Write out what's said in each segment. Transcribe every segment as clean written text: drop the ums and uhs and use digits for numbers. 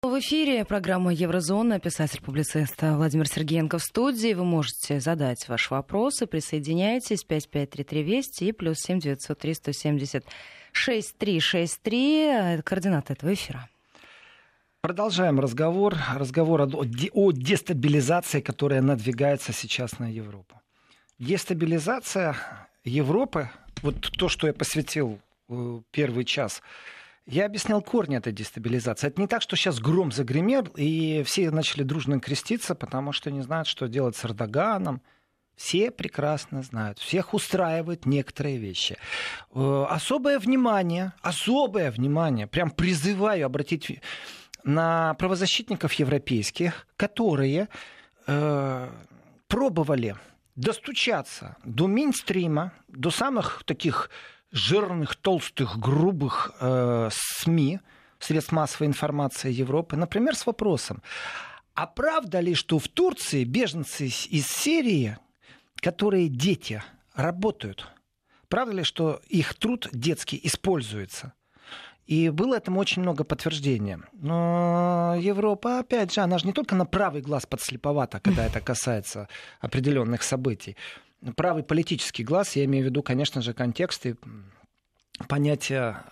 В эфире программа «Еврозона». Писатель-публицист Владимир Сергеенко в студии. Вы можете задать ваши вопросы. Присоединяйтесь. 5533 Вести и +7 903 170 6363. Это координаты этого эфира. Продолжаем разговор о дестабилизации, которая надвигается сейчас на Европу. Дестабилизация Европы, вот то, что я посвятил первый час, я объяснял корни этой дестабилизации. Это не так, что сейчас гром загремел, и все начали дружно креститься, потому что не знают, что делать с Эрдоганом. Все прекрасно знают, всех устраивают некоторые вещи. Особое внимание, прям призываю обратить на правозащитников европейских, которые пробовали достучаться до мейнстрима, до самых таких жирных, толстых, грубых СМИ, средств массовой информации Европы, например, с вопросом, а правда ли, что в Турции беженцы из Сирии, которые дети, работают, правда ли, что их труд детский используется? И было этому очень много подтверждений. Но Европа, опять же, она же не только на правый глаз подслеповата, когда это касается определенных событий. Правый политический глаз, я имею в виду, конечно же, контекст и понятие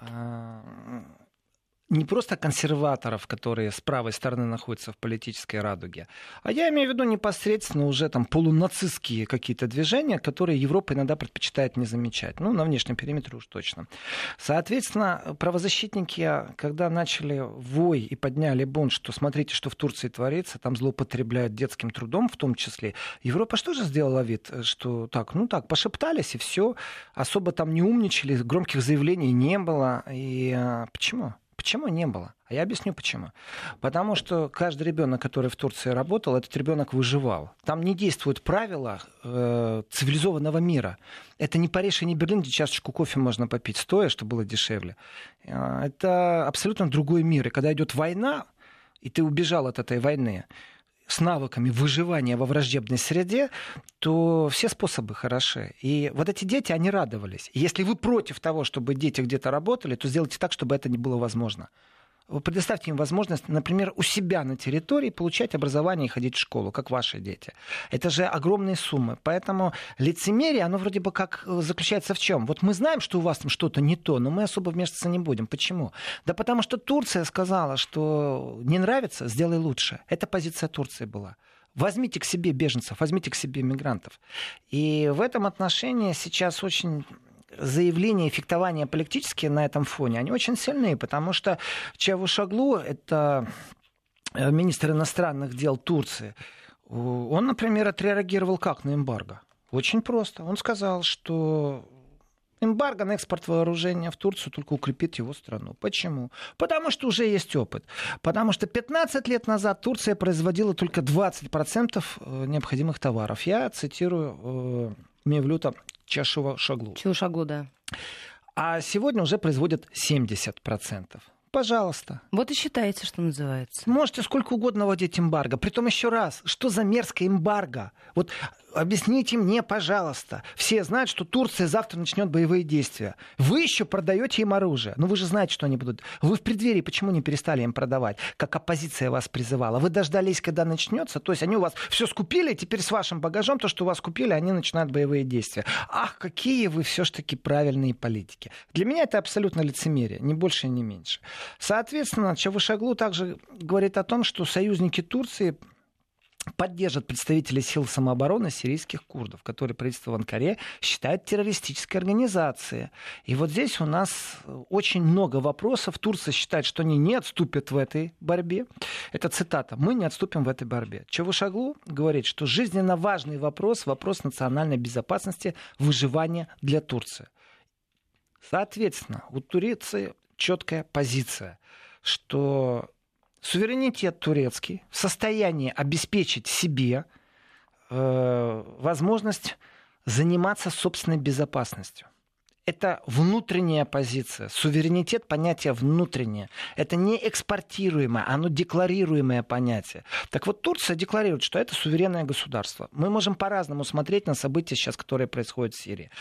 не просто консерваторов, которые с правой стороны находятся в политической радуге, а я имею в виду непосредственно уже там полунацистские какие-то движения, которые Европа иногда предпочитает не замечать. Ну, на внешнем периметре уж точно. Соответственно, правозащитники, когда начали вой и подняли бунт, что смотрите, что в Турции творится, там злоупотребляют детским трудом в том числе, Европа что же сделала вид, что так, пошептались и все, особо там не умничали, громких заявлений не было. И почему? Почему не было? А я объясню почему. Потому что каждый ребенок, который в Турции работал, этот ребенок выживал. Там не действуют правила цивилизованного мира. Это не Париж и не Берлин, где чашечку кофе можно попить стоя, чтобы было дешевле. Это абсолютно другой мир. И когда идет война, и ты убежал от этой войны с навыками выживания во враждебной среде, то все способы хороши. И вот эти дети, они радовались. И если вы против того, чтобы дети где-то работали, то сделайте так, чтобы это не было возможно. Вы предоставьте им возможность, например, у себя на территории получать образование и ходить в школу, как ваши дети. Это же огромные суммы. Поэтому лицемерие, оно вроде бы как заключается в чем? Вот мы знаем, что у вас там что-то не то, но мы особо вмешиваться не будем. Почему? Да потому что Турция сказала, что не нравится, сделай лучше. Это позиция Турции была. Возьмите к себе беженцев, возьмите к себе мигрантов. И в этом отношении сейчас очень... заявления и фехтования политические на этом фоне, они очень сильные, потому что Чавушоглу, это министр иностранных дел Турции, он, например, отреагировал как на эмбарго? Очень просто. Он сказал, что эмбарго на экспорт вооружения в Турцию только укрепит его страну. Почему? Потому что уже есть опыт. Потому что 15 лет назад Турция производила только 20% необходимых товаров. Я цитирую Мевлюта Чавушоглу. Чавушоглу, да. А сегодня уже производят 70%. Пожалуйста. Вот и считайте, что называется. Можете сколько угодно вводить эмбарго. Притом еще раз, что за мерзкое эмбарго? Вот объясните мне, пожалуйста. Все знают, что Турция завтра начнет боевые действия. Вы еще продаете им оружие. Но вы же знаете, что они будут. Вы в преддверии почему не перестали им продавать? Как оппозиция вас призывала. Вы дождались, когда начнется. То есть они у вас все скупили, и теперь с вашим багажом, то, что у вас купили, они начинают боевые действия. Ах, какие вы все-таки правильные политики. Для меня это абсолютно лицемерие. Ни больше, ни меньше. Соответственно, Чавушоглу также говорит о том, что союзники Турции поддержат представителей сил самообороны сирийских курдов, которые правительство в Анкаре считает террористической организацией. И вот здесь у нас очень много вопросов. Турция считает, что они не отступят в этой борьбе. Это цитата. «Мы не отступим в этой борьбе». Чавушоглу говорит, что жизненно важный вопрос, вопрос национальной безопасности, выживания для Турции. Соответственно, у Турции четкая позиция, что суверенитет турецкий в состоянии обеспечить себе возможность заниматься собственной безопасностью. Это внутренняя позиция. Суверенитет — понятие внутреннее. Это не экспортируемое, оно декларируемое понятие. Так вот, Турция декларирует, что это суверенное государство. Мы можем по-разному смотреть на события сейчас, которые происходят в Сирии.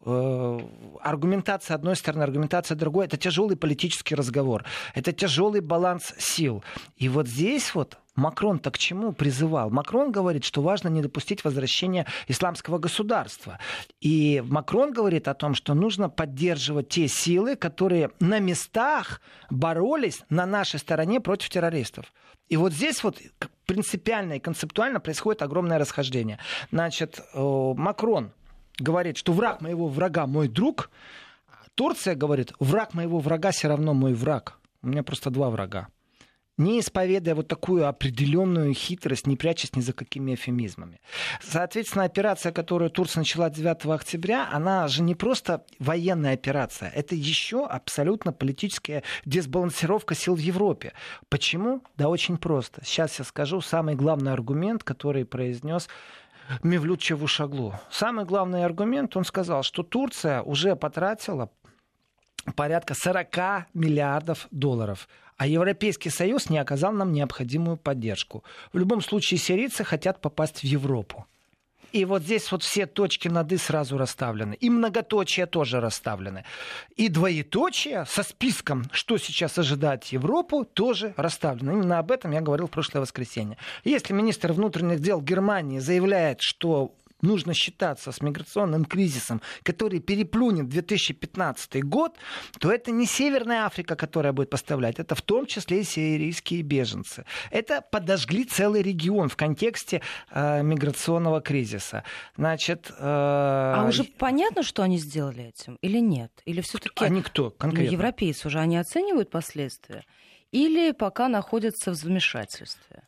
Аргументация одной стороны, аргументация другой — это тяжелый политический разговор. Это тяжелый баланс сил. И вот здесь вот Макрон-то к чему призывал? Макрон говорит, что важно не допустить возвращения исламского государства. И Макрон говорит о том, что нужно поддерживать те силы, которые на местах боролись на нашей стороне против террористов. И вот здесь вот принципиально и концептуально происходит огромное расхождение. Значит, Макрон говорит, что враг моего врага мой друг. Турция говорит, враг моего врага все равно мой враг. У меня просто два врага. Не исповедуя вот такую определенную хитрость, не прячась ни за какими эфемизмами. Соответственно, операция, которую Турция начала 9 октября, она же не просто военная операция, это еще абсолютно политическая дисбалансировка сил в Европе. Почему? Да очень просто. Сейчас я скажу самый главный аргумент, который произнес Мевлют Чавушоглу. Самый главный аргумент, он сказал, что Турция уже потратила порядка 40 миллиардов долларов. А Европейский Союз не оказал нам необходимую поддержку. В любом случае, сирийцы хотят попасть в Европу. И вот здесь вот все точки над «и» сразу расставлены. И многоточия тоже расставлены. И двоеточие со списком, что сейчас ожидает Европу, тоже расставлено. Именно об этом я говорил в прошлое воскресенье. Если министр внутренних дел Германии заявляет, что нужно считаться с миграционным кризисом, который переплюнет 2015 год, то это не Северная Африка, которая будет поставлять, это в том числе и сирийские беженцы. Это подожгли целый регион в контексте миграционного кризиса. Значит, А уже понятно, что они сделали этим или нет? Или все-таки они кто конкретно? Европейцы уже они оценивают последствия? Или пока находятся в замешательстве?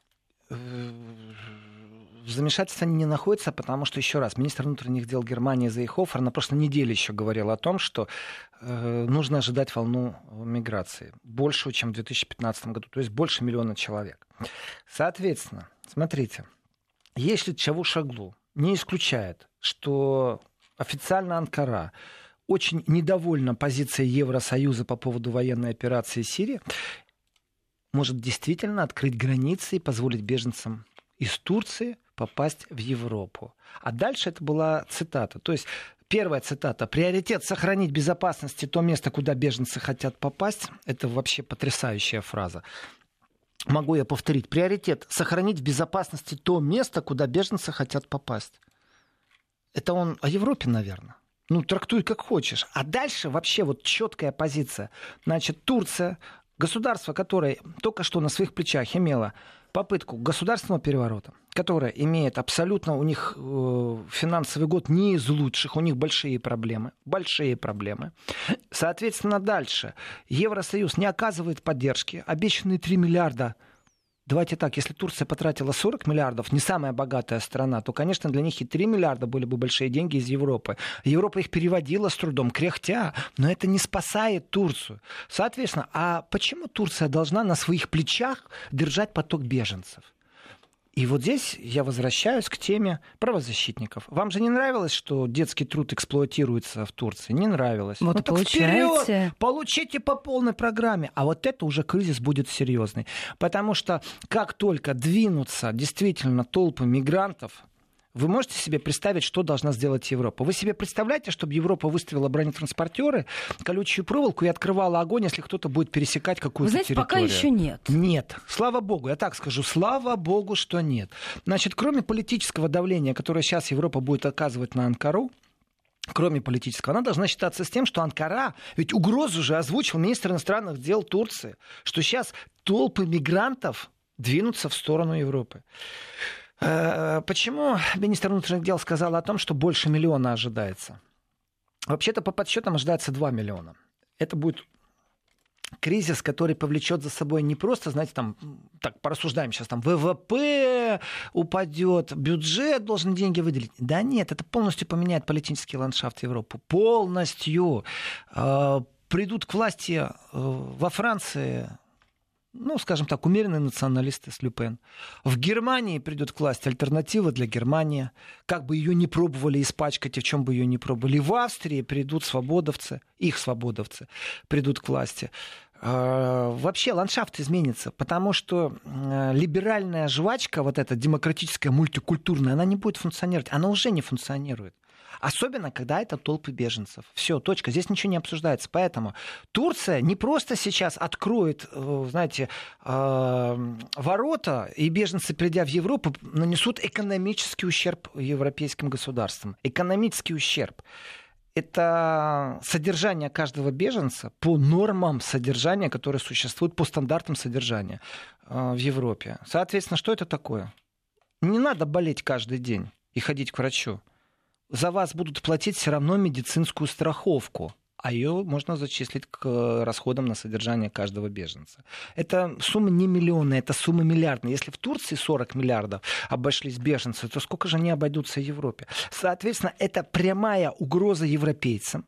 В замешательстве они не находятся, потому что, еще раз, министр внутренних дел Германии Зейхофер на прошлой неделе еще говорил о том, что нужно ожидать волну миграции большую, чем в 2015 году, то есть больше 1 миллиона человек. Соответственно, смотрите, если Чавушоглу не исключает, что официально Анкара очень недовольна позицией Евросоюза по поводу военной операции в Сирии, может действительно открыть границы и позволить беженцам из Турции попасть в Европу. А дальше это была цитата. То есть первая цитата. «Приоритет сохранить безопасности то место, куда беженцы хотят попасть». Это вообще потрясающая фраза. Могу я повторить. Приоритет сохранить в безопасности то место, куда беженцы хотят попасть. Это он о Европе, наверное. Ну, трактуй как хочешь. А дальше вообще вот четкая позиция. Значит, Турция, государство, которое только что на своих плечах имело попытку государственного переворота, которая имеет абсолютно у них финансовый год не из лучших, у них большие проблемы. Соответственно, дальше Евросоюз не оказывает поддержки. Обещанные 3 миллиарда. Давайте так, если Турция потратила 40 миллиардов, не самая богатая страна, то, конечно, для них и 3 миллиарда были бы большие деньги из Европы. Европа их переводила с трудом, кряхтя, но это не спасает Турцию. Соответственно, а почему Турция должна на своих плечах держать поток беженцев? И вот здесь я возвращаюсь к теме правозащитников. Вам же не нравилось, что детский труд эксплуатируется в Турции? Не нравилось. Вот получаете. Получите по полной программе. А вот это уже кризис будет серьезный. Потому что как только двинутся действительно толпы мигрантов, вы можете себе представить, что должна сделать Европа? Вы себе представляете, чтобы Европа выставила бронетранспортеры, колючую проволоку и открывала огонь, если кто-то будет пересекать какую-то территорию? Вы знаете, пока еще нет. Нет. Слава богу, я так скажу, слава богу, что нет. Значит, кроме политического давления, которое сейчас Европа будет оказывать на Анкару, кроме политического, она должна считаться с тем, что Анкара, ведь угрозу же озвучил министр иностранных дел Турции, что сейчас толпы мигрантов двинутся в сторону Европы. Почему министр внутренних дел сказал о том, что больше 1 миллиона ожидается? Вообще-то по подсчетам ожидается 2 миллиона. Это будет кризис, который повлечет за собой не просто, знаете, там, так, порассуждаем сейчас, там, ВВП упадет, бюджет должен деньги выделить. Да нет, это полностью поменяет политический ландшафт Европы. Полностью. Придут к власти во Франции скажем так, умеренные националисты с Ле Пен. В Германии придет к власти альтернатива для Германии. Как бы ее ни пробовали испачкать и в чем бы ее ни пробовали. В Австрии придут свободовцы, их свободовцы придут к власти. Вообще ландшафт изменится, потому что либеральная жвачка, вот эта демократическая, мультикультурная, она не будет функционировать. Она уже не функционирует. Особенно, когда это толпы беженцев. Все, точка. Здесь ничего не обсуждается. Поэтому Турция не просто сейчас откроет, знаете, ворота, и беженцы, придя в Европу, нанесут экономический ущерб европейским государствам. Экономический ущерб. Это содержание каждого беженца по нормам содержания, которые существуют, по стандартам содержания в Европе. Соответственно, что это такое? Не надо болеть каждый день и ходить к врачу. За вас будут платить все равно медицинскую страховку, а ее можно зачислить к расходам на содержание каждого беженца. Это сумма не миллионная, это сумма миллиардная. Если в Турции 40 миллиардов обошлись беженцы, то сколько же они обойдутся в Европе? Соответственно, это прямая угроза европейцам.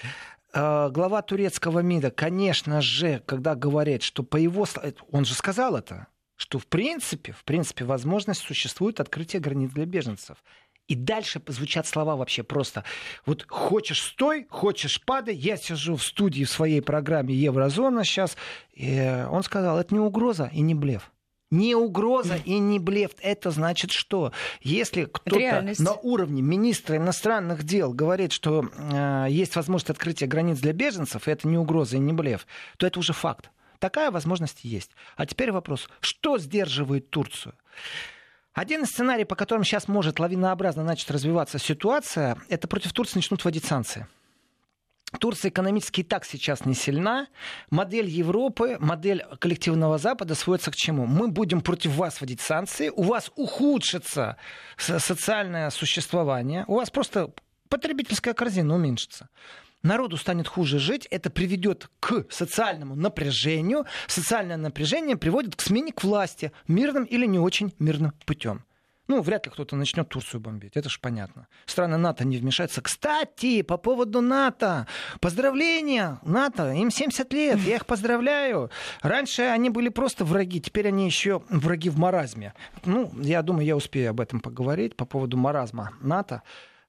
Глава турецкого МИДа, конечно же, когда говорит, что по его... Он же сказал это, что в принципе, возможность существует открытия границ для беженцев. И дальше звучат слова вообще просто. Вот хочешь стой, хочешь падай. Я сижу в студии в своей программе «Еврозона» сейчас. И он сказал, это не угроза и не блеф. Не угроза и не блеф. Это значит что? Если кто-то на уровне министра иностранных дел говорит, что есть возможность открытия границ для беженцев, и это не угроза и не блеф, то это уже факт. Такая возможность есть. А теперь вопрос, что сдерживает Турцию? Один из сценариев, по которым сейчас может лавинообразно начать развиваться ситуация, это против Турции начнут вводить санкции. Турция экономически и так сейчас не сильна. Модель Европы, модель коллективного Запада сводится к чему? Мы будем против вас вводить санкции, у вас ухудшится социальное существование, у вас просто потребительская корзина уменьшится. Народу станет хуже жить, это приведет к социальному напряжению. Социальное напряжение приводит к смене к власти мирным или не очень мирным путем. Вряд ли кто-то начнет Турцию бомбить, это же понятно. Страны НАТО не вмешаются. Кстати, по поводу НАТО. Поздравления, НАТО, им 70 лет, я их поздравляю. Раньше они были просто враги, теперь они еще враги в маразме. Я думаю, я успею об этом поговорить, по поводу маразма НАТО.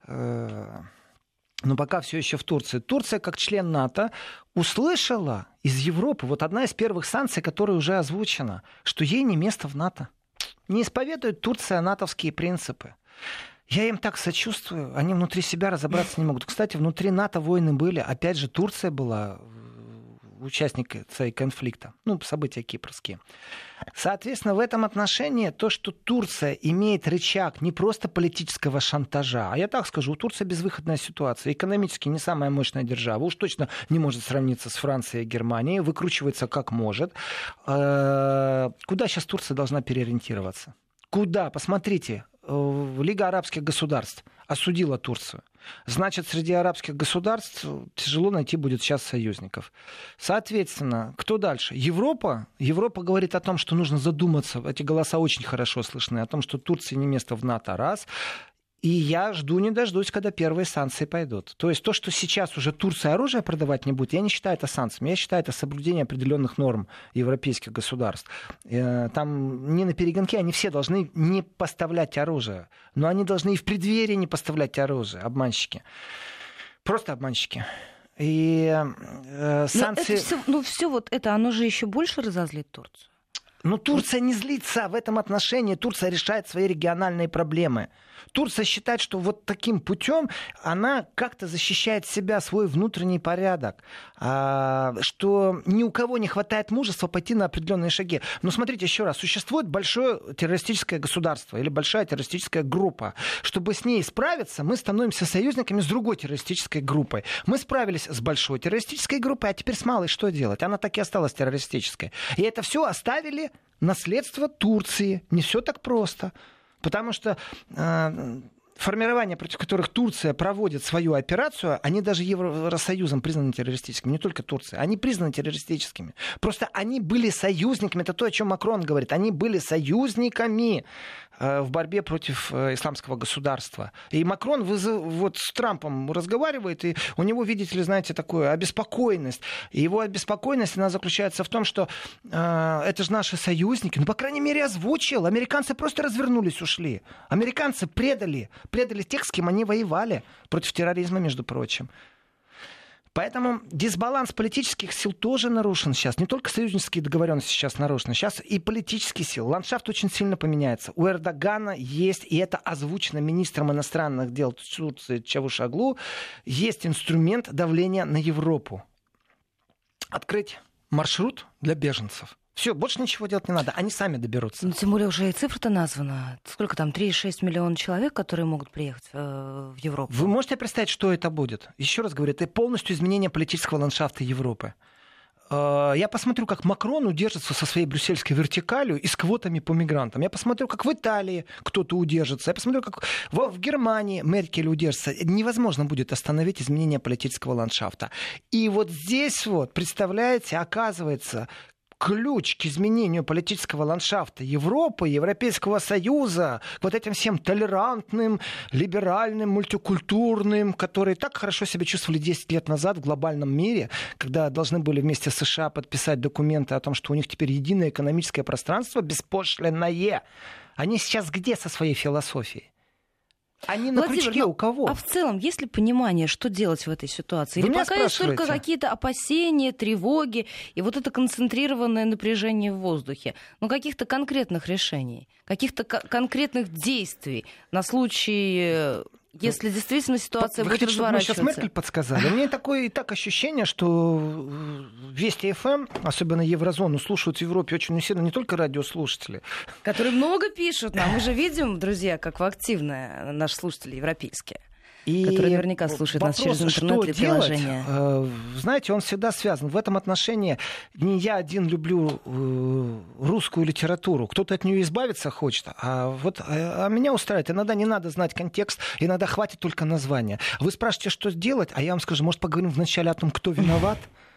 Но пока все еще в Турции. Турция, как член НАТО, услышала из Европы, вот одна из первых санкций, которая уже озвучена, что ей не место в НАТО. Не исповедует Турция натовские принципы. Я им так сочувствую, они внутри себя разобраться не могут. Кстати, внутри НАТО войны были. Опять же, Турция была участницей конфликта. События кипрские. Соответственно, в этом отношении то, что Турция имеет рычаг не просто политического шантажа, а я так скажу, у Турции безвыходная ситуация. Экономически не самая мощная держава, уж точно не может сравниться с Францией и Германией, выкручивается как может. Куда сейчас Турция должна переориентироваться? Куда? Посмотрите, Лига арабских государств осудила Турцию. Значит, среди арабских государств тяжело найти будет сейчас союзников. Соответственно, кто дальше? Европа. Европа говорит о том, что нужно задуматься. Эти голоса очень хорошо слышны. О том, что Турции не место в НАТО. Раз. И я жду не дождусь, когда первые санкции пойдут. То есть то, что сейчас уже Турция оружие продавать не будет, я не считаю это санкциями. Я считаю это соблюдение определенных норм европейских государств. Там не на перегонке, они все должны не поставлять оружие. Но они должны и в преддверии не поставлять оружие. Обманщики. Просто обманщики. И санкции... Все вот это, оно же еще больше разозлит Турцию. Но Турция не злится в этом отношении. Турция решает свои региональные проблемы. Турция считает, что вот таким путем она как-то защищает себя, свой внутренний порядок, что ни у кого не хватает мужества пойти на определенные шаги. Но смотрите еще раз, существует большое террористическое государство или большая террористическая группа. Чтобы с ней справиться, мы становимся союзниками с другой террористической группой. Мы справились с большой террористической группой, а теперь с малой что делать? Она так и осталась террористической. И это все оставили наследство Турции. Не все так просто. Потому что формирования, против которых Турция проводит свою операцию, они даже Евросоюзом признаны террористическими. Не только Турция. Они признаны террористическими. Просто они были союзниками. Это то, о чем Макрон говорит. Они были союзниками в борьбе против исламского государства. И Макрон вот с Трампом разговаривает, и у него, видите ли, знаете, такую обеспокоенность. И его обеспокоенность, она заключается в том, что это же наши союзники. Ну, по крайней мере, озвучил. Американцы просто развернулись, ушли. Американцы предали тех, с кем они воевали против терроризма, между прочим. Поэтому дисбаланс политических сил тоже нарушен сейчас. Не только союзнические договоренности сейчас нарушены, сейчас и политические силы. Ландшафт очень сильно поменяется. У Эрдогана есть, и это озвучено министром иностранных дел Турции Чавушоглу, есть инструмент давления на Европу. Открыть маршрут для беженцев. Все, больше ничего делать не надо, они сами доберутся. Ну, тем более уже и цифра-то названа. Сколько там, 3,6 миллиона человек, которые могут приехать в Европу? Вы можете представить, что это будет? Еще раз говорю, это полностью изменение политического ландшафта Европы. Я посмотрю, как Макрон удержится со своей брюссельской вертикалью и с квотами по мигрантам. Я посмотрю, как в Италии кто-то удержится. Я посмотрю, как в Германии Меркель удержится. Невозможно будет остановить изменение политического ландшафта. И вот здесь вот, представляете, оказывается, ключ к изменению политического ландшафта Европы, Европейского Союза, к вот этим всем толерантным, либеральным, мультикультурным, которые так хорошо себя чувствовали 10 лет назад в глобальном мире, когда должны были вместе с США подписать документы о том, что у них теперь единое экономическое пространство беспошлинное. Они сейчас где со своей философией? Они на крючке у кого? А в целом, есть ли понимание, что делать в этой ситуации? Или пока есть только какие-то опасения, тревоги и вот это концентрированное напряжение в воздухе? Но каких-то конкретных решений, каких-то конкретных действий на случай... Если действительно ситуация будет разворачиваться. Вы сейчас Меркель подсказали. У меня такое и так ощущение, что Вести ФМ, особенно Еврозону, слушают в Европе очень усиленно не только радиослушатели. Которые много пишут нам. Мы же видим, друзья, как вы активны наши слушатели европейские. Который наверняка слушает нас через интернет или приложение. Знаете, он всегда связан. В этом отношении не я один люблю русскую литературу. Кто-то от нее избавиться хочет, а меня устраивает. Иногда не надо знать контекст, иногда хватит только названия. Вы спрашиваете, что сделать, а я вам скажу, может, поговорим вначале о том, кто виноват?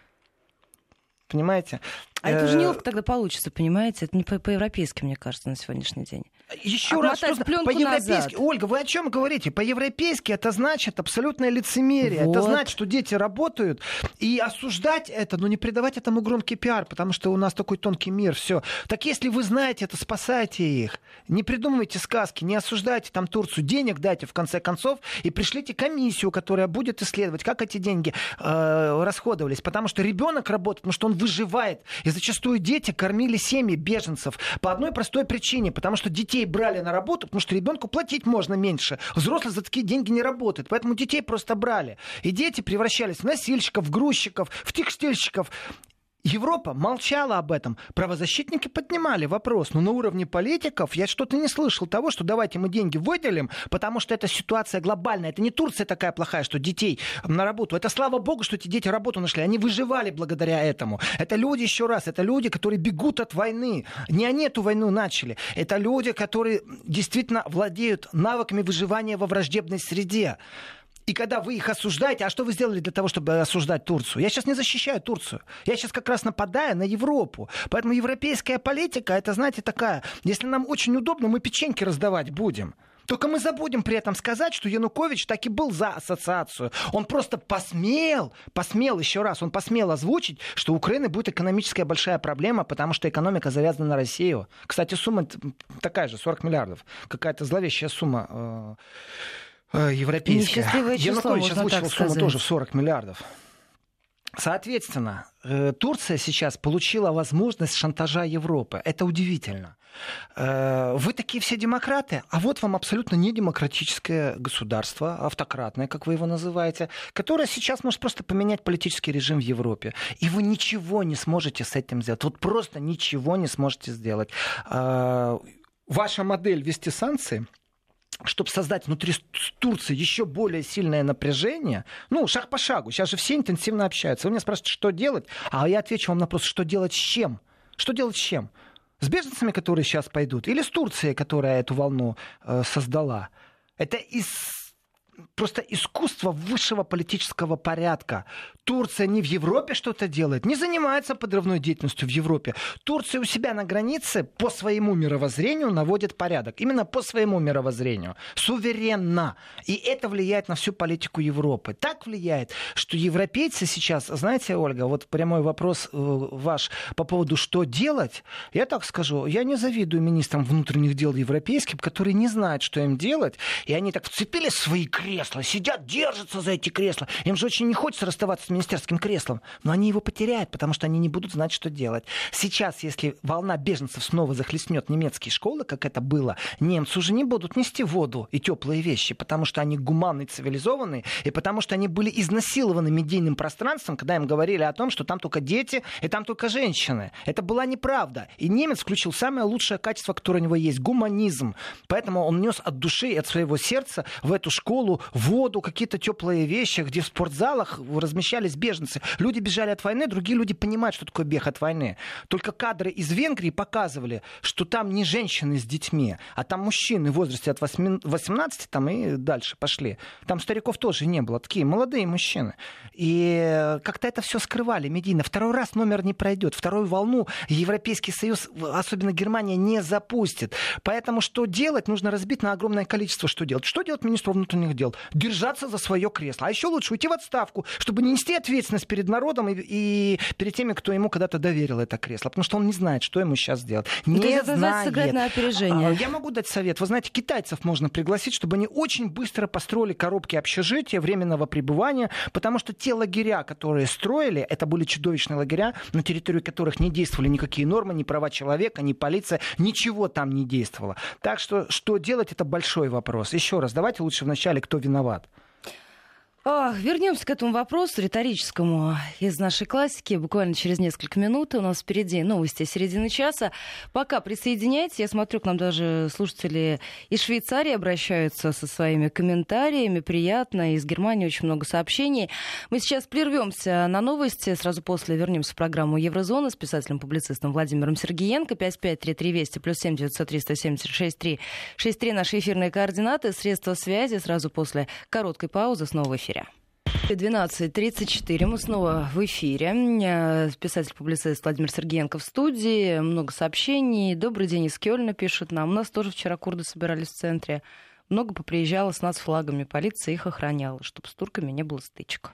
Понимаете? А это уже неловко тогда получится, понимаете? Это не по-европейски, мне кажется, на сегодняшний день. Еще раз, по-европейски. Ольга, вы о чем говорите? По-европейски это значит абсолютное лицемерие. Вот. Это значит, что дети работают, и осуждать это, но не придавать этому громкий пиар, потому что у нас такой тонкий мир, все. Так если вы знаете это, спасайте их. Не придумывайте сказки, не осуждайте там Турцию. Денег дайте, в конце концов, и пришлите комиссию, которая будет исследовать, как эти деньги расходовались. Потому что ребенок работает, потому что он выживает. И зачастую дети кормили семьи беженцев по одной простой причине, потому что детей брали на работу, потому что ребенку платить можно меньше. Взрослые за такие деньги не работают, поэтому детей просто брали. И дети превращались в носильщиков, в грузчиков, в текстильщиков. Европа молчала об этом. Правозащитники поднимали вопрос, но на уровне политиков я что-то не слышал того, что давайте мы деньги выделим, потому что эта ситуация глобальная. Это не Турция такая плохая, что детей на работу. Это слава богу, что эти дети работу нашли. Они выживали благодаря этому. Это люди, еще раз, это люди, которые бегут от войны. Не они эту войну начали. Это люди, которые действительно владеют навыками выживания во враждебной среде. И когда вы их осуждаете, а что вы сделали для того, чтобы осуждать Турцию? Я сейчас не защищаю Турцию. Я сейчас как раз нападаю на Европу. Поэтому европейская политика, это, знаете, такая, если нам очень удобно, мы печеньки раздавать будем. Только мы забудем при этом сказать, что Янукович так и был за ассоциацию. Он просто посмел еще раз, он посмел озвучить, что у Украины будет экономическая большая проблема, потому что экономика завязана на Россию. Кстати, сумма такая же, 40 миллиардов. Какая-то зловещая сумма европейская. Янукович озвучил сумму тоже в 40 миллиардов. Соответственно, Турция сейчас получила возможность шантажа Европы. Это удивительно. Вы такие все демократы, а вот вам абсолютно недемократическое государство, автократное, как вы его называете, которое сейчас может просто поменять политический режим в Европе. И вы ничего не сможете с этим сделать. Вот просто ничего не сможете сделать. Ваша модель ввести санкции, чтобы создать внутри Турции еще более сильное напряжение, шаг по шагу. Сейчас же все интенсивно общаются. Вы меня спрашиваете, что делать, а я отвечу вам на вопрос, что делать с чем? Что делать с чем? С беженцами, которые сейчас пойдут, или с Турцией, которая эту волну создала? Это из просто искусство высшего политического порядка. Турция не в Европе что-то делает, не занимается подрывной деятельностью в Европе. Турция у себя на границе по своему мировоззрению наводит порядок. Именно по своему мировоззрению. Суверенно. И это влияет на всю политику Европы. Так влияет, что европейцы сейчас, знаете, Ольга, вот прямой вопрос ваш по поводу, что делать. Я так скажу, я не завидую министрам внутренних дел европейским, которые не знают, что им делать, и они так вцепились в свои кресла, сидят, держатся за эти кресла. Им же очень не хочется расставаться с министерским креслом, но они его потеряют, потому что они не будут знать, что делать. Сейчас, если волна беженцев снова захлестнет немецкие школы, как это было, немцы уже не будут нести воду и теплые вещи, потому что они гуманные, цивилизованные, и потому что они были изнасилованы медийным пространством, когда им говорили о том, что там только дети и там только женщины. Это была неправда. И немец включил самое лучшее качество, которое у него есть — гуманизм. Поэтому он нес от души и от своего сердца в эту школу воду, какие-то теплые вещи, где в спортзалах размещались беженцы. Люди бежали от войны, другие люди понимают, что такое бег от войны. Только кадры из Венгрии показывали, что там не женщины с детьми, а там мужчины в возрасте от 18 там, и дальше пошли. Там стариков тоже не было, такие молодые мужчины. И как-то это все скрывали медийно. Второй раз номер не пройдет. Вторую волну Европейский Союз, особенно Германия, не запустит. Поэтому что делать? Нужно разбить на огромное количество, что делать. Что делать министру внутренних дел? Держаться за свое кресло. А еще лучше уйти в отставку, чтобы не нести ответственность перед народом и перед теми, кто ему когда-то доверил это кресло. Потому что он не знает, что ему сейчас делать. Не знает. Сыграть на опережение. Я могу дать совет. Вы знаете, китайцев можно пригласить, чтобы они очень быстро построили коробки общежития, временного пребывания, потому что те лагеря, которые строили, это были чудовищные лагеря, на территории которых не действовали никакие нормы, ни права человека, ни полиция, ничего там не действовало. Так что делать, это большой вопрос. Еще раз, давайте лучше вначале, кто виноват. Вернемся к этому вопросу риторическому из нашей классики буквально через несколько минут. У нас впереди новости середины часа. Пока присоединяйтесь. Я смотрю, к нам даже слушатели из Швейцарии обращаются со своими комментариями. Приятно. Из Германии очень много сообщений. Мы сейчас прервемся на новости. Сразу после вернемся в программу «Еврозона» с писателем-публицистом Владимиром Сергиенко. 553320 +7 903 170 63 наши эфирные координаты. Средства связи. Сразу после короткой паузы снова в эфире. 12:34. Мы снова в эфире. Писатель-публицист Владимир Сергиенко в студии. Много сообщений. Добрый день из Кёльна, пишут нам. У нас тоже вчера курды собирались в центре. Много поприезжало с нацфлагами. Полиция их охраняла, чтобы с турками не было стычек.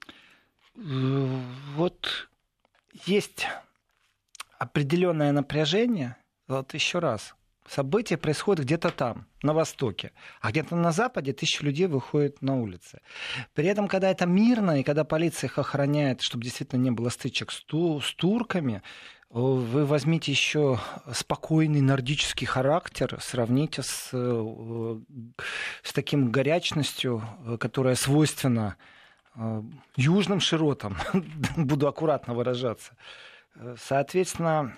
Вот есть определенное напряжение. Вот еще раз. События происходят где-то там, на востоке, а где-то на западе 1000 людей выходят на улицы. При этом, когда это мирно, и когда полиция их охраняет, чтобы действительно не было стычек с турками, вы возьмите еще спокойный нордический характер, сравните с таким горячностью, которая свойственна южным широтам, буду аккуратно выражаться. Соответственно,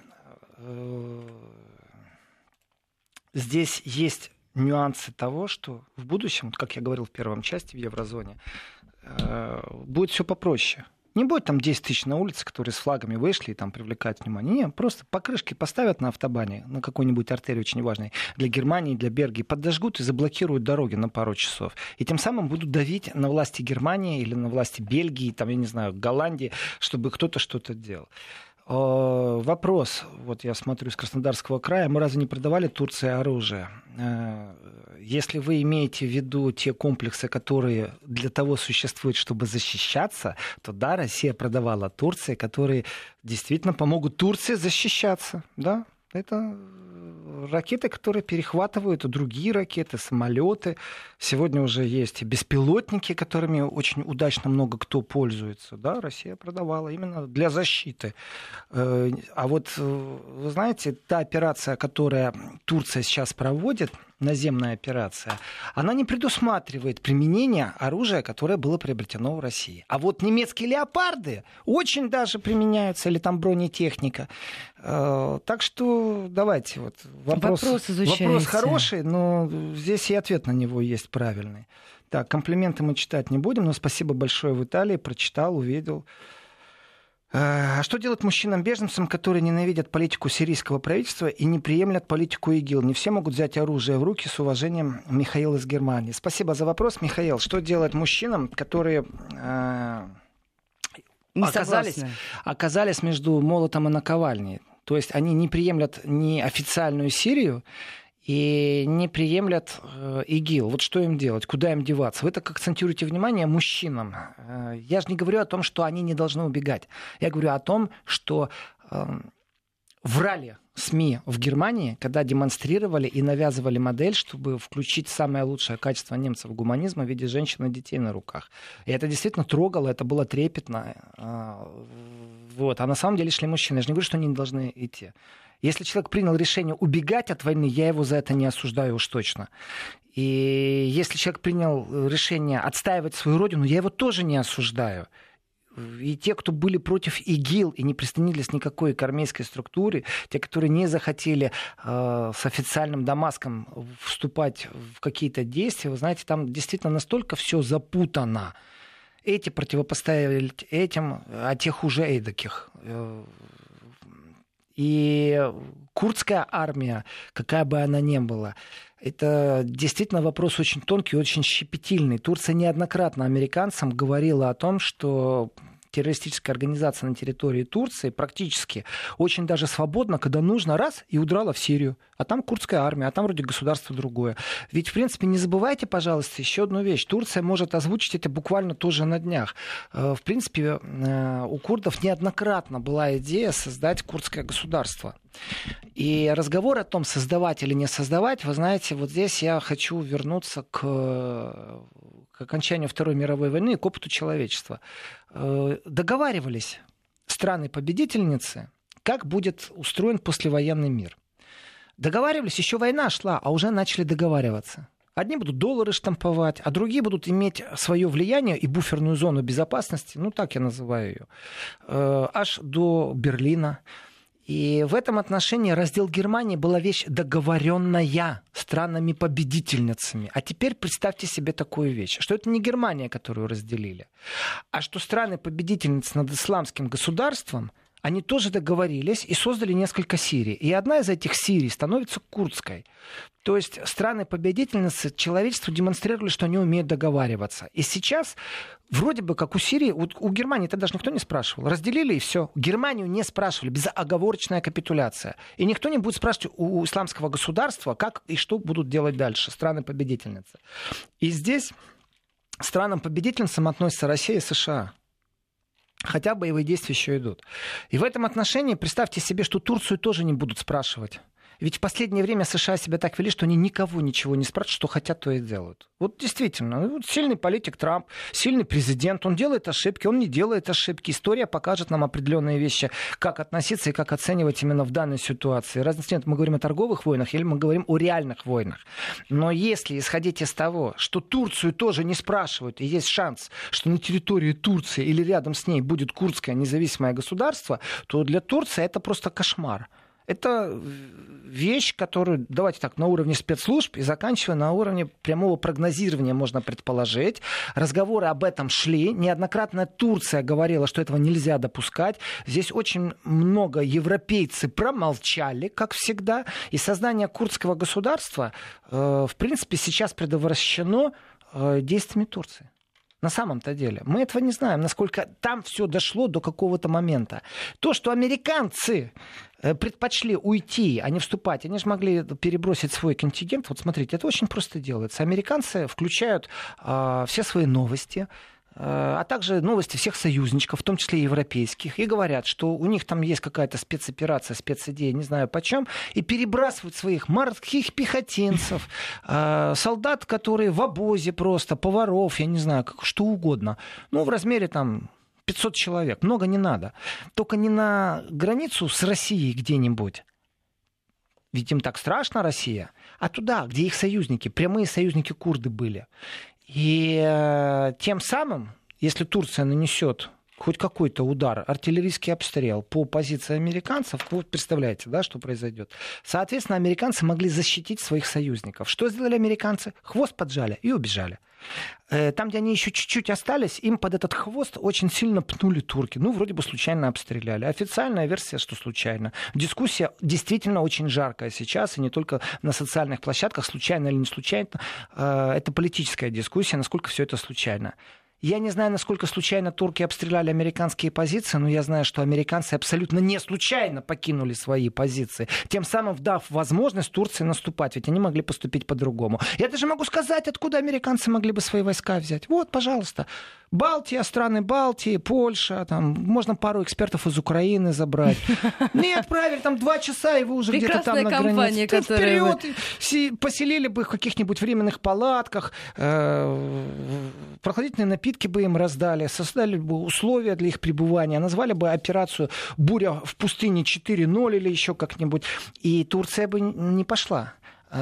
здесь есть нюансы того, что в будущем, как я говорил в первом части в еврозоне, будет все попроще. Не будет там 10 тысяч на улице, которые с флагами вышли и там привлекают внимание. Нет, просто покрышки поставят на автобане, на какой-нибудь артерии очень важной для Германии, для Бельгии, подожгут и заблокируют дороги на пару часов. И тем самым будут давить на власти Германии или на власти Бельгии, там, я не знаю, Голландии, чтобы кто-то что-то делал. Вопрос, вот я смотрю из Краснодарского края, мы разве не продавали Турции оружие? Если вы имеете в виду те комплексы, которые для того существуют, чтобы защищаться, то да, Россия продавала Турции, которые действительно помогут Турции защищаться, да? Это ракеты, которые перехватывают другие ракеты, самолеты. Сегодня уже есть и беспилотники, которыми очень удачно много кто пользуется. Да, Россия продавала именно для защиты. А вот, вы знаете, та операция, которую Турция сейчас проводит, наземная операция, она не предусматривает применение оружия, которое было приобретено в России. А вот немецкие леопарды очень даже применяются, или там бронетехника. Так что давайте, вот вопрос хороший, но здесь и ответ на него есть правильный. Так, комплименты мы читать не будем, но спасибо большое в Италии, прочитал, увидел. А что делать мужчинам-беженцам, которые ненавидят политику сирийского правительства и не приемлят политику ИГИЛ? Не все могут взять оружие в руки. С уважением, Михаил из Германии. Спасибо за вопрос, Михаил. Что делать мужчинам, которые оказались между молотом и наковальней? То есть они не приемлят ни официальную Сирию, и не приемлят ИГИЛ. Вот что им делать? Куда им деваться? Вы так акцентируете внимание мужчинам. Я же не говорю о том, что они не должны убегать. Я говорю о том, что врали СМИ в Германии, когда демонстрировали и навязывали модель, чтобы включить самое лучшее качество немцев гуманизма в виде женщин и детей на руках. И это действительно трогало, это было трепетно. Вот. А на самом деле шли мужчины. Я же не говорю, что они не должны идти. Если человек принял решение убегать от войны, я его за это не осуждаю уж точно. И если человек принял решение отстаивать свою родину, я его тоже не осуждаю. И те, кто были против ИГИЛ и не присоединились к никакой к армейской структуре, те, которые не захотели с официальным Дамаском вступать в какие-то действия, вы знаете, там действительно настолько все запутано. Эти противопоставили этим, а тех уже эдаких. И курдская армия, какая бы она ни была, это действительно вопрос очень тонкий, очень щепетильный. Турция неоднократно американцам говорила о том, что террористическая организация на территории Турции практически очень даже свободно, когда нужно, раз, и удрала в Сирию. А там курдская армия, а там вроде государство другое. Ведь, в принципе, не забывайте, пожалуйста, еще одну вещь. Турция может озвучить это буквально тоже на днях. В принципе, у курдов неоднократно была идея создать курдское государство. И разговор о том, создавать или не создавать, вы знаете, вот здесь я хочу вернуться к окончанию Второй мировой войны и к опыту человечества. Договаривались страны-победительницы, как будет устроен послевоенный мир. Договаривались, еще война шла, а уже начали договариваться. Одни будут доллары штамповать, а другие будут иметь свое влияние и буферную зону безопасности, ну так я называю ее, аж до Берлина. И в этом отношении раздел Германии была вещь договоренная странами-победительницами. А теперь представьте себе такую вещь, что это не Германия, которую разделили, а что страны-победительницы над исламским государством, они тоже договорились и создали несколько Сирий. И одна из этих Сирий становится курдской. То есть страны-победительницы человечеству демонстрировали, что они умеют договариваться. И сейчас вроде бы как у Сирии, у Германии это даже никто не спрашивал. Разделили и все. Германию не спрашивали. Безоговорочная капитуляция. И никто не будет спрашивать у исламского государства, как и что будут делать дальше страны-победительницы. И здесь странам-победительницам относятся Россия и США. Хотя боевые действия еще идут. И в этом отношении представьте себе, что Турцию тоже не будут спрашивать. Ведь в последнее время США себя так вели, что они никого ничего не спрашивают, что хотят, то и делают. Вот действительно, вот сильный политик Трамп, сильный президент, он делает ошибки, он не делает ошибки. История покажет нам определенные вещи, как относиться и как оценивать именно в данной ситуации. Разница нет, мы говорим о торговых войнах или мы говорим о реальных войнах. Но если исходить из того, что Турцию тоже не спрашивают, и есть шанс, что на территории Турции или рядом с ней будет курдское независимое государство, то для Турции это просто кошмар. Это вещь, которую, давайте так, на уровне спецслужб и заканчивая на уровне прямого прогнозирования можно предположить. Разговоры об этом шли. Неоднократно Турция говорила, что этого нельзя допускать. Здесь очень много европейцы промолчали, как всегда. И создание курдского государства, в принципе, сейчас предотвращено действиями Турции. На самом-то деле. Мы этого не знаем, насколько там все дошло до какого-то момента. То, что американцы предпочли уйти, а не вступать, они же могли перебросить свой контингент. Вот смотрите, это очень просто делается. Американцы включают все свои новости, а также новости всех союзничков, в том числе и европейских, и говорят, что у них там есть какая-то спецоперация, специдея, не знаю почем, и перебрасывают своих морских пехотинцев, солдат, которые в обозе просто, поваров, я не знаю, что угодно, ну, в размере там 500 человек, много не надо, только не на границу с Россией где-нибудь, ведь им так страшно, Россия, а туда, где их союзники, прямые союзники курды были. И тем самым, если Турция нанесет хоть какой-то удар, артиллерийский обстрел по позиции американцев, вот представляете, да, что произойдет. Соответственно, американцы могли защитить своих союзников. Что сделали американцы? Хвост поджали и убежали. Там, где они еще чуть-чуть остались, им под этот хвост очень сильно пнули турки. Ну, вроде бы случайно обстреляли. Официальная версия, что случайно. Дискуссия действительно очень жаркая сейчас, и не только на социальных площадках, случайно или не случайно. Это политическая дискуссия, насколько все это случайно. Я не знаю, насколько случайно турки обстреляли американские позиции, но я знаю, что американцы абсолютно не случайно покинули свои позиции, тем самым дав возможность Турции наступать, ведь они могли поступить по-другому. Я даже могу сказать, откуда американцы могли бы свои войска взять. Вот, пожалуйста, Балтия, страны Балтии, Польша, там, можно пару экспертов из Украины забрать. Не отправили, там 2 часа, и вы уже где-то там на границе. Вперед, поселили бы в каких-нибудь временных палатках, прохладительные напитки бы им раздали, создали бы условия для их пребывания, назвали бы операцию «Буря в пустыне 4.0» или еще как-нибудь, и Турция бы не пошла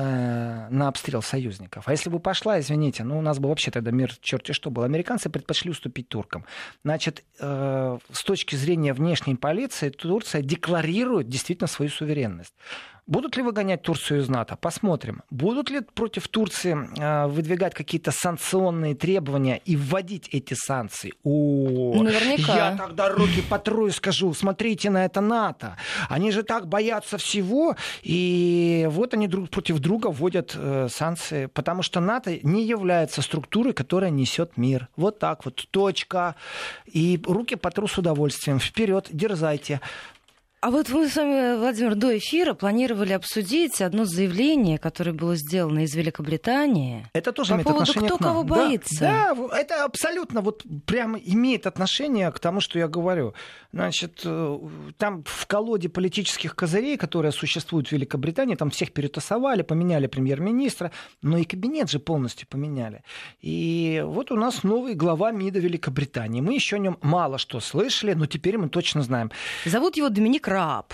на обстрел союзников. А если бы пошла, извините, ну у нас бы вообще тогда мир черти что был. Американцы предпочли уступить туркам. Значит, с точки зрения внешней полиции, Турция декларирует действительно свою суверенность. Будут ли выгонять Турцию из НАТО? Посмотрим. Будут ли против Турции выдвигать какие-то санкционные требования и вводить эти санкции? Наверняка. Я тогда руки потру и скажу, смотрите на это НАТО. Они же так боятся всего, и вот они друг против друга вводят санкции, потому что НАТО не является структурой, которая несет мир. Вот так вот, точка. И руки потру с удовольствием. Вперед, дерзайте. А вот мы с вами, Владимир, до эфира планировали обсудить одно заявление, которое было сделано из Великобритании. Это тоже имеет поводу, отношение кто к нам. кого боится. Да, это абсолютно вот прямо имеет отношение к тому, что я говорю. Значит, там в колоде политических козырей, которые существуют в Великобритании, там всех перетасовали, поменяли премьер-министра, но и кабинет же полностью поменяли. И вот у нас новый глава МИДа Великобритании. Мы еще о нем мало что слышали, но теперь мы точно знаем. Зовут его Доминик Рааб.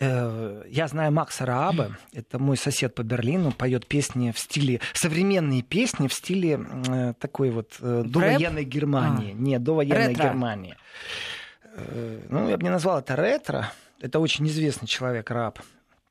Я знаю Макса Рааба, это мой сосед по Берлину, поет песни в стиле, современные песни в стиле такой вот довоенной Германии. Нет, довоенной Германии. Ну, я бы не назвал это ретро, это очень известный человек, Рааб.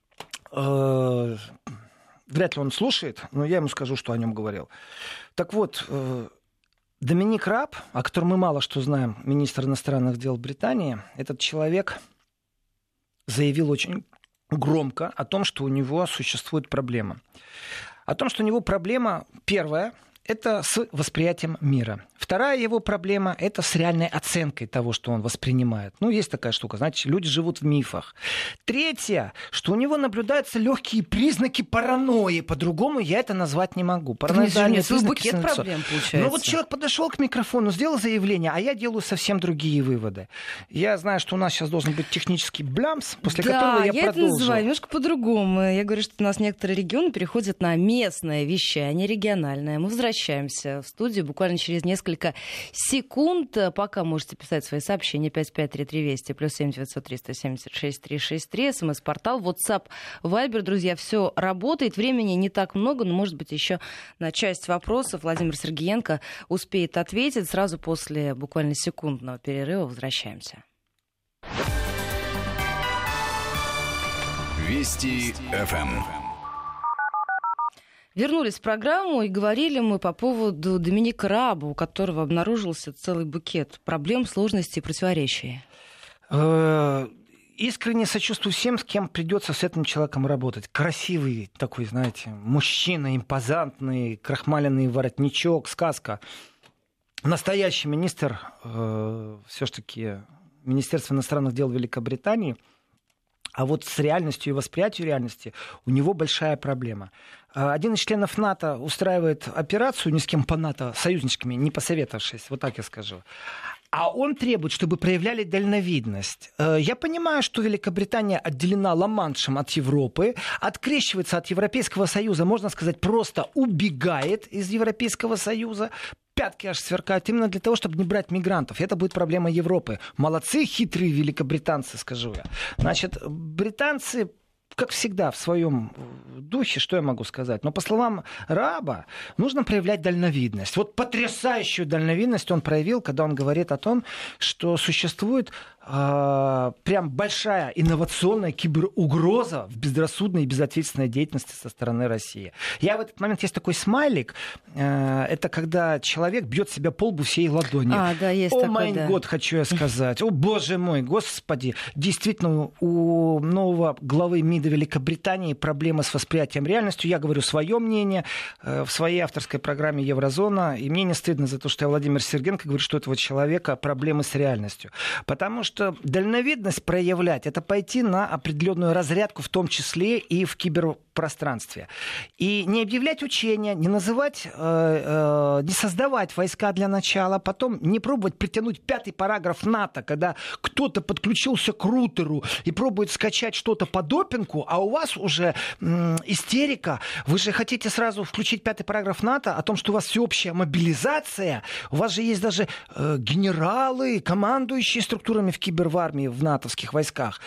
Вряд ли он слушает, но я ему скажу, что о нем говорил. Так вот, Доминик Рааб, о котором мы мало что знаем, министр иностранных дел Британии, этот человек заявил очень громко о том, что у него существует проблема. О том, что у него проблема первая – это с восприятием мира. Вторая его проблема – это с реальной оценкой того, что он воспринимает. Ну, есть такая штука, значит, люди живут в мифах. Третье, что у него наблюдаются легкие признаки паранойи. По-другому я это назвать не могу. Параноидальные признаки. Букет проблем, получается. Ну, вот человек подошел к микрофону, сделал заявление, а я делаю совсем другие выводы. Я знаю, что у нас сейчас должен быть технический блямс, после которого я продолжу. Да, я это называю немножко по-другому. Я говорю, что у нас некоторые регионы переходят на местное вещание, региональное. Мы возвращаемся в студию буквально через несколько секунд. Пока можете писать свои сообщения 553320 +7 903 176 363, СМС-портал, WhatsApp, Viber. Друзья, все работает. Времени не так много, но, может быть, еще на часть вопросов Владимир Сергеенко успеет ответить. Сразу после буквально секундного перерыва возвращаемся. Вести ФМ. Вернулись в программу, и говорили мы по поводу Доминика Рааба, у которого обнаружился целый букет проблем, сложностей и противоречий. Искренне сочувствую всем, с кем придется с этим человеком работать. Красивый такой, знаете, мужчина, импозантный, крахмаленный воротничок, сказка. Настоящий министр, все-таки Министерства иностранных дел Великобритании. А вот с реальностью и восприятием реальности у него большая проблема. Один из членов НАТО устраивает операцию ни с кем по НАТО, союзничками, не посоветовавшись, вот так я скажу. А он требует, чтобы проявляли дальновидность. Я понимаю, что Великобритания отделена Ла-Маншем от Европы, открещивается от Европейского Союза, можно сказать, просто убегает из Европейского Союза. Пятки аж сверкают именно для того, чтобы не брать мигрантов. Это будет проблема Европы. Молодцы, хитрые великобританцы, скажу я. Значит, британцы как всегда, в своем духе, что я могу сказать? Но по словам Рааба, нужно проявлять дальновидность. Вот потрясающую дальновидность он проявил, когда он говорит о том, что существует прям большая инновационная киберугроза в безрассудной и безответственной деятельности со стороны России. Я в этот момент, есть такой смайлик, это когда человек бьет себя по лбу всей ладони. Да, есть О такой, май год, хочу я сказать. О, боже мой, господи. Действительно, у нового главы МИДа Великобритании проблемы с восприятием реальности. Я говорю свое мнение в своей авторской программе «Еврозона». И мне не стыдно за то, что я, Владимир Сергенко, говорю, что у этого человека проблемы с реальностью. Потому что дальновидность проявлять — это пойти на определенную разрядку, в том числе и в киберпространстве. И не объявлять учения, не называть, не создавать войска для начала, потом не пробовать притянуть 5-й параграф НАТО, когда кто-то подключился к рутеру и пробует скачать что-то по допингу, а у вас уже истерика. Вы же хотите сразу включить 5-й параграф НАТО о том, что у вас всеобщая мобилизация. У вас же есть даже генералы, командующие структурами в киберармии, в натовских войсках.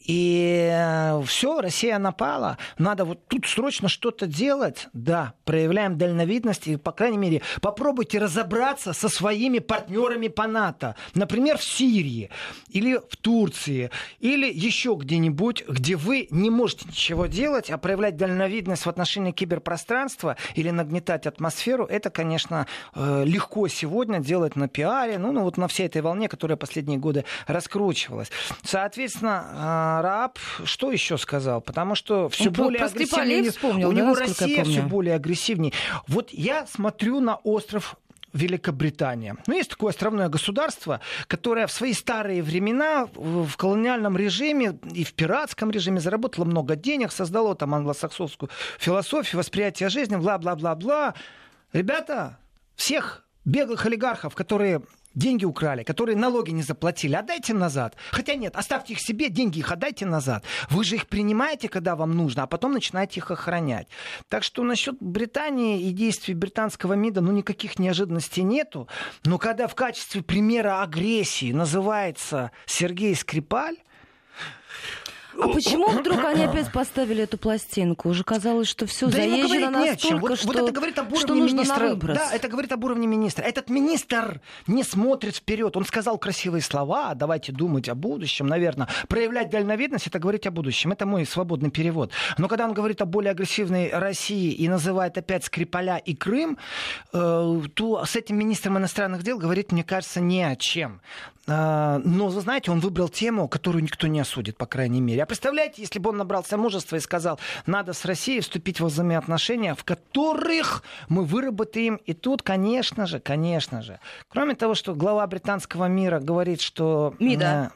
И все, Россия напала. Надо вот тут срочно что-то делать. Да, проявляем дальновидность и, по крайней мере, попробуйте разобраться со своими партнерами по НАТО. Например, в Сирии или в Турции или еще где-нибудь, где вы не можете ничего делать, а проявлять дальновидность в отношении киберпространства или нагнетать атмосферу, это, конечно, легко сегодня делать на пиаре, ну вот на всей этой волне, которая последние годы раскручивалась. Соответственно, Рааб что еще сказал? Потому что все более агрессивнее. У него Россия все более агрессивнее. Вот я смотрю на остров Великобритания. Ну, есть такое островное государство, которое в свои старые времена в колониальном режиме и в пиратском режиме заработало много денег, создало там англосаксонскую философию, восприятие жизни, бла-бла-бла-бла. Ребята, всех беглых олигархов, которые деньги украли, которые налоги не заплатили, отдайте назад. Хотя нет, оставьте их себе, деньги их отдайте назад. Вы же их принимаете, когда вам нужно, а потом начинаете их охранять. Так что насчет Британии и действий британского МИДа, никаких неожиданностей нету. Но когда в качестве примера агрессии называется Сергей Скрипаль, а почему вдруг они опять поставили эту пластинку? Уже казалось, что все заезжено настолько, что это говорит об уровне нужно министра. на выброс. Да, это говорит об уровне министра. Этот министр не смотрит вперед. Он сказал красивые слова, давайте думать о будущем, наверное. Проявлять дальновидность — это говорить о будущем. Это мой свободный перевод. Но когда он говорит о более агрессивной России и называет опять Скрипаля и Крым, то с этим министром иностранных дел говорить, мне кажется, не о чем. Но, вы знаете, он выбрал тему, которую никто не осудит, по крайней мере. А представляете, если бы он набрался мужества и сказал, надо с Россией вступить в взаимоотношения, в которых мы выработаем. И тут, конечно же, кроме того, что глава британского МИДа говорит, что... МИДа,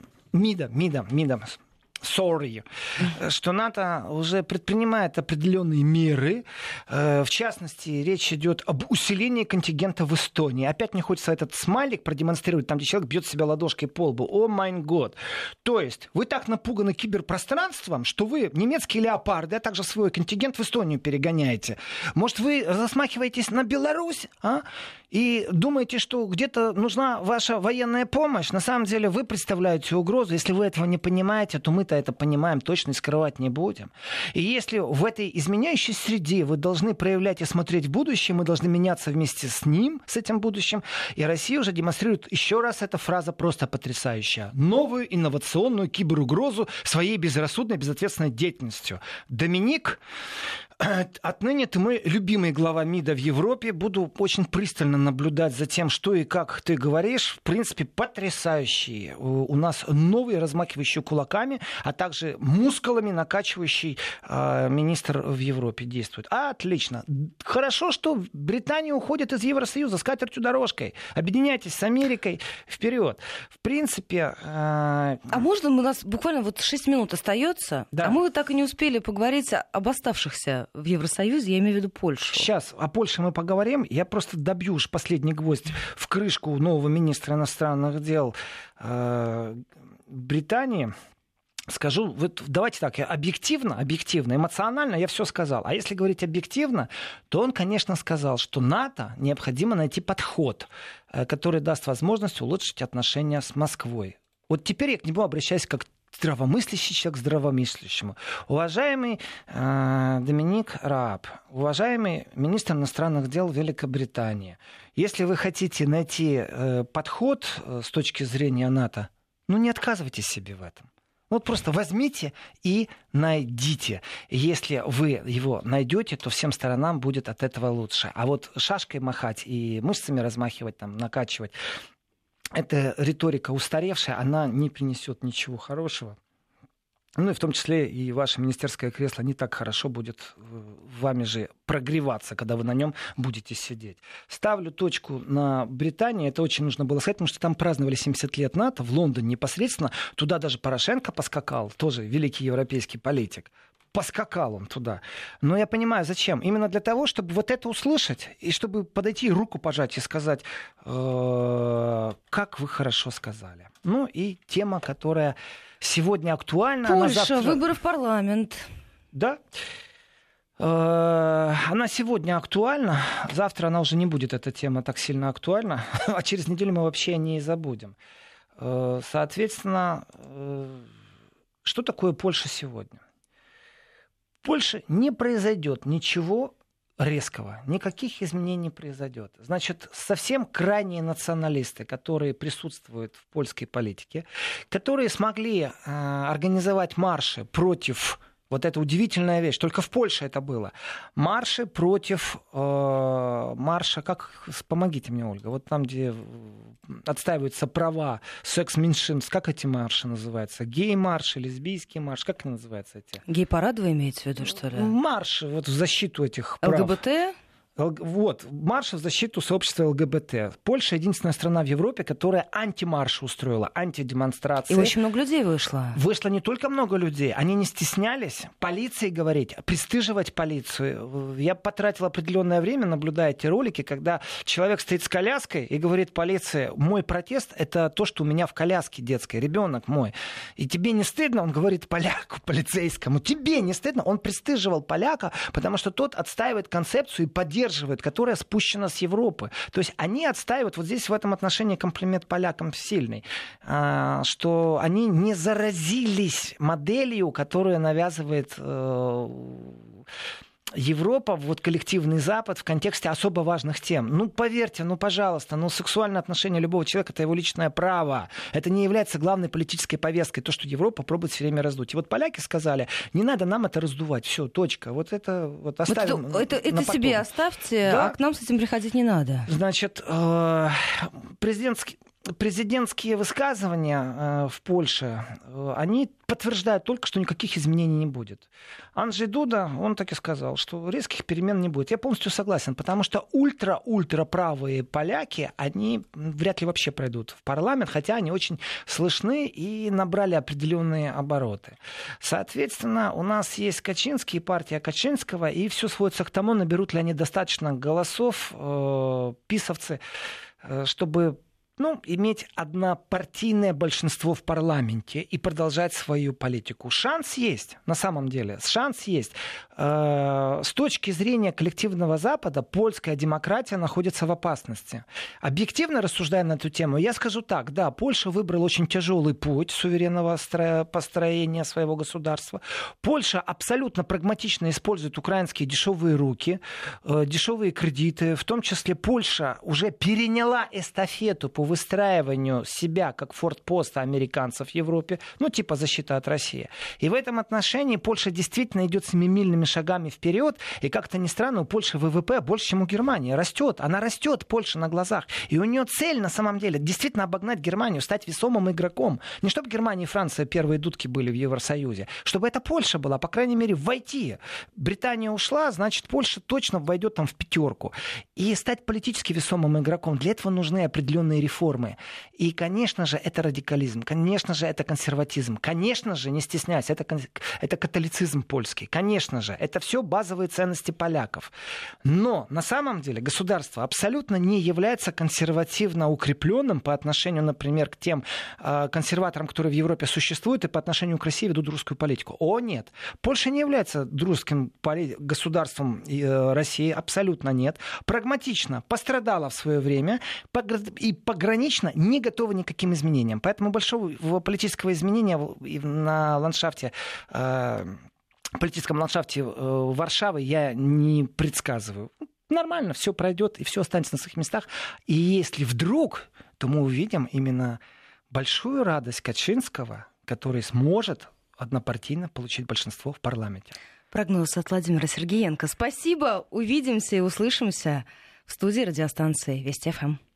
что НАТО уже предпринимает определенные меры. В частности, речь идет об усилении контингента в Эстонии. Опять мне хочется этот смайлик продемонстрировать, там, где человек бьет себя ладошкой по лбу. О май год. То есть вы так напуганы киберпространством, что вы немецкие леопарды, а также свой контингент в Эстонию перегоняете. Может, вы засмахиваетесь на Беларусь, и думаете, что где-то нужна ваша военная помощь? На самом деле вы представляете угрозу. Если вы этого не понимаете, то мы-то это понимаем, точно и скрывать не будем. И если в этой изменяющей среде вы должны проявлять и смотреть в будущее, мы должны меняться вместе с ним, с этим будущим. И Россия уже демонстрирует, еще раз, эта фраза просто потрясающая, новую инновационную киберугрозу своей безрассудной, безответственной деятельностью. Доминик, отныне ты мой любимый глава МИДа в Европе. Буду очень пристально наблюдать за тем, что и как ты говоришь. В принципе, потрясающий. У нас новый, размахивающий кулаками, а также мускулами накачивающий министр в Европе действует. Отлично. Хорошо, что Британия уходит из Евросоюза с катертью дорожкой. Объединяйтесь с Америкой. Вперед. В принципе... А можно у нас буквально 6 минут остается? Да. А мы так и не успели поговорить об оставшихся в Евросоюзе, я имею в виду Польшу. Сейчас о Польше мы поговорим. Я просто добью уж последний гвоздь в крышку нового министра иностранных дел Британии. Скажу, давайте так, объективно, эмоционально я все сказал. А если говорить объективно, то он, конечно, сказал, что НАТО необходимо найти подход, который даст возможность улучшить отношения с Москвой. Вот теперь я к нему обращаюсь как здравомыслящий человек здравомыслящему. Уважаемый Доминик Рааб, уважаемый министр иностранных дел Великобритании, если вы хотите найти подход с точки зрения НАТО, не отказывайте себе в этом. Вот просто возьмите и найдите. Если вы его найдете, то всем сторонам будет от этого лучше. А вот шашкой махать и мышцами размахивать, там, накачивать, эта риторика устаревшая, она не принесет ничего хорошего. И в том числе и ваше министерское кресло не так хорошо будет вами же прогреваться, когда вы на нем будете сидеть. Ставлю точку на Британии. Это очень нужно было сказать, потому что там праздновали 70 лет НАТО в Лондоне непосредственно. Туда даже Порошенко поскакал, тоже великий европейский политик. Поскакал он туда. Но я понимаю, зачем. Именно для того, чтобы вот это услышать, и чтобы подойти, руку пожать и сказать, как вы хорошо сказали. И тема, которая сегодня актуальна. Польша, завтра... выборы в парламент. Да. Она сегодня актуальна. Завтра она уже не будет, эта тема, так сильно актуальна. А через неделю мы вообще о ней забудем. Соответственно, что такое Польша сегодня? В Польше не произойдет ничего резкого, никаких изменений не произойдет. Значит, совсем крайние националисты, которые присутствуют в польской политике, которые смогли организовать марши против... Вот это удивительная вещь. Только в Польше это было. Марши против марша... Помогите мне, Ольга. Вот там, где отстаиваются права секс-меньшинств. Как эти марши называются? Гей-марши, лесбийские марши. Как они называются эти? Гей-парад вы имеете в виду, что ли? Марши вот в защиту этих прав. ЛГБТ? Вот, марш в защиту сообщества ЛГБТ. Польша единственная страна в Европе, которая антимарши устроила, антидемонстрации. И очень много людей вышло. Вышло не только много людей, они не стеснялись полиции говорить, пристыживать полицию. Я потратил определенное время, наблюдая эти ролики, когда человек стоит с коляской и говорит полиции: мой протест — это то, что у меня в коляске детской, ребенок мой. И тебе не стыдно? Он говорит поляку, полицейскому. Тебе не стыдно? Он пристыживал поляка, потому что тот отстаивает концепцию и поддерживает, которая спущена с Европы. То есть они отстаивают, вот здесь в этом отношении комплимент полякам сильный, что они не заразились моделью, которую навязывает Европа, вот коллективный Запад в контексте особо важных тем. Поверьте, пожалуйста, сексуальное отношение любого человека — это его личное право. Это не является главной политической повесткой, то, что Европа пробует все время раздуть. И вот поляки сказали: не надо нам это раздувать, все, точка. Вот это вот оставим. Это себе оставьте, да? А к нам с этим приходить не надо. Значит, президентские высказывания в Польше, они подтверждают только, что никаких изменений не будет. Анджей Дуда, он так и сказал, что резких перемен не будет. Я полностью согласен, потому что ультра-правые поляки, они вряд ли вообще пройдут в парламент, хотя они очень слышны и набрали определенные обороты. Соответственно, у нас есть Качинский, партия Качинского, и все сводится к тому, наберут ли они достаточно голосов, писовцы, чтобы иметь однопартийное большинство в парламенте и продолжать свою политику. Шанс есть, на самом деле. Шанс есть. С точки зрения коллективного Запада, польская демократия находится в опасности. Объективно рассуждая на эту тему, я скажу так: да, Польша выбрала очень тяжелый путь суверенного построения своего государства. Польша абсолютно прагматично использует украинские дешевые руки, дешевые кредиты. В том числе Польша уже переняла эстафету по выстраиванию себя как форпоста американцев в Европе, типа защита от России. И в этом отношении Польша действительно идет семимильными шагами вперед, и как-то ни странно, у Польши ВВП больше, чем у Германии. Растет, она растет, Польша, на глазах. И у нее цель, на самом деле, действительно обогнать Германию, стать весомым игроком. Не чтобы Германия и Франция первые дудки были в Евросоюзе, чтобы эта Польша была, по крайней мере, войти. Британия ушла, значит, Польша точно войдет там в пятерку. И стать политически весомым игроком, для этого нужны определенные реформы. И, конечно же, это радикализм, конечно же, это консерватизм, конечно же, не стесняйся, это католицизм польский, конечно же, это все базовые ценности поляков. Но на самом деле государство абсолютно не является консервативно укрепленным по отношению, например, к тем консерваторам, которые в Европе существуют, и по отношению к России ведут русскую политику. О, нет. Польша не является дружеским государством России, абсолютно нет. Прагматично пострадала в свое время и по погранично, не готовы ни к каким изменениям. Поэтому большого политического изменения на ландшафте, политическом ландшафте Варшавы я не предсказываю. Нормально, все пройдет, и все останется на своих местах. И если вдруг, то мы увидим именно большую радость Качинского, который сможет однопартийно получить большинство в парламенте. Прогноз от Владимира Сергеенко. Спасибо. Увидимся и услышимся в студии радиостанции Вести ФМ.